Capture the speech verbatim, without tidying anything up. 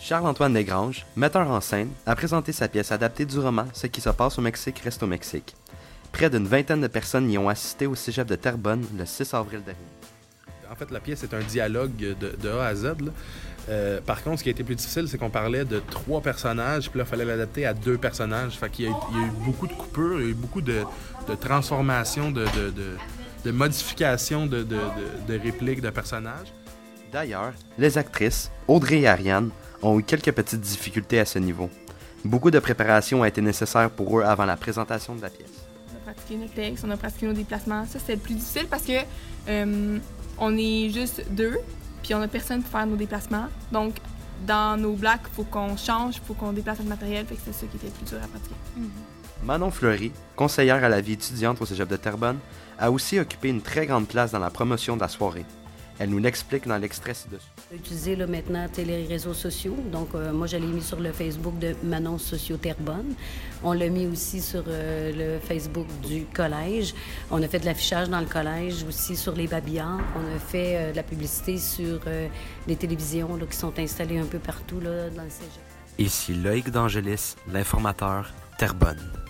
Charles-Antoine Desgranges, metteur en scène, a présenté sa pièce adaptée du roman « Ce qui se passe au Mexique reste au Mexique ». Près d'une vingtaine de personnes y ont assisté au cégep de Terrebonne le six avril dernier. En fait, la pièce est un dialogue de, de A à Z, là. Euh, par contre, ce qui a été plus difficile, c'est qu'on parlait de trois personnages, puis là, il fallait l'adapter à deux personnages. Fait qu'il y a, il y a eu beaucoup de coupures, il y a eu beaucoup de, de transformations, de, de, de, de modifications de, de, de, de répliques de personnages. D'ailleurs, les actrices, Audrey et Ariane, ont eu quelques petites difficultés à ce niveau. Beaucoup de préparation a été nécessaire pour eux avant la présentation de la pièce. On a pratiqué nos textes, on a pratiqué nos déplacements. Ça, c'était le plus difficile parce que euh, on est juste deux, puis on a personne pour faire nos déplacements. Donc, dans nos blagues, il faut qu'on change, il faut qu'on déplace notre matériel. Fait que c'est ça qui était le plus dur à pratiquer. Mm-hmm. Manon Fleury, conseillère à la vie étudiante au cégep de Terrebonne, a aussi occupé une très grande place dans la promotion de la soirée. Elle nous l'explique dans l'extrait ci-dessus. Utiliser là, maintenant les réseaux sociaux. Donc, euh, moi, je l'ai mis sur le Facebook de Manon Socio Terrebonne. On l'a mis aussi sur euh, le Facebook du collège. On a fait de l'affichage dans le collège aussi sur les babillards. On a fait euh, de la publicité sur euh, les télévisions là, qui sont installées un peu partout là, dans le cégep. Ici Loïc d'Angelis, l'informateur Terrebonne.